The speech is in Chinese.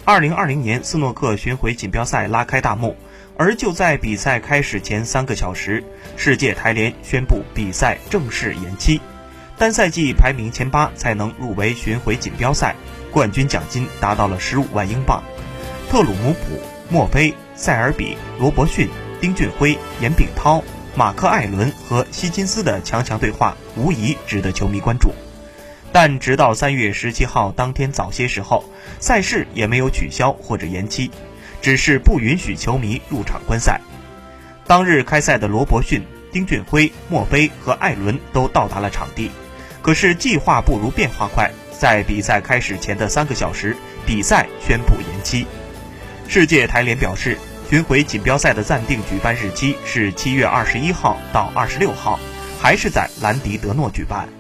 2020年斯诺克巡回锦标赛拉开大幕，而就在比赛开始前3个小时，世界台联宣布比赛正式延期，单赛季排名前8才能入围巡回锦标赛，冠军奖金达到了15万英镑。特鲁姆普、墨菲、塞尔比、罗伯逊、丁俊晖、严炳涛、马克艾伦和希金斯的强对话无疑值得球迷关注。但直到3月17号当天早些时候，赛事也没有取消或者延期，只是不允许球迷入场观赛。当日开赛的罗伯逊、丁俊晖、墨菲和艾伦都到达了场地，可是计划不如变化快，在比赛开始前的3个小时，比赛宣布延期。世界台联表示，巡回锦标赛的暂定举办日期是7月21号到26号，还是在兰迪德诺举办。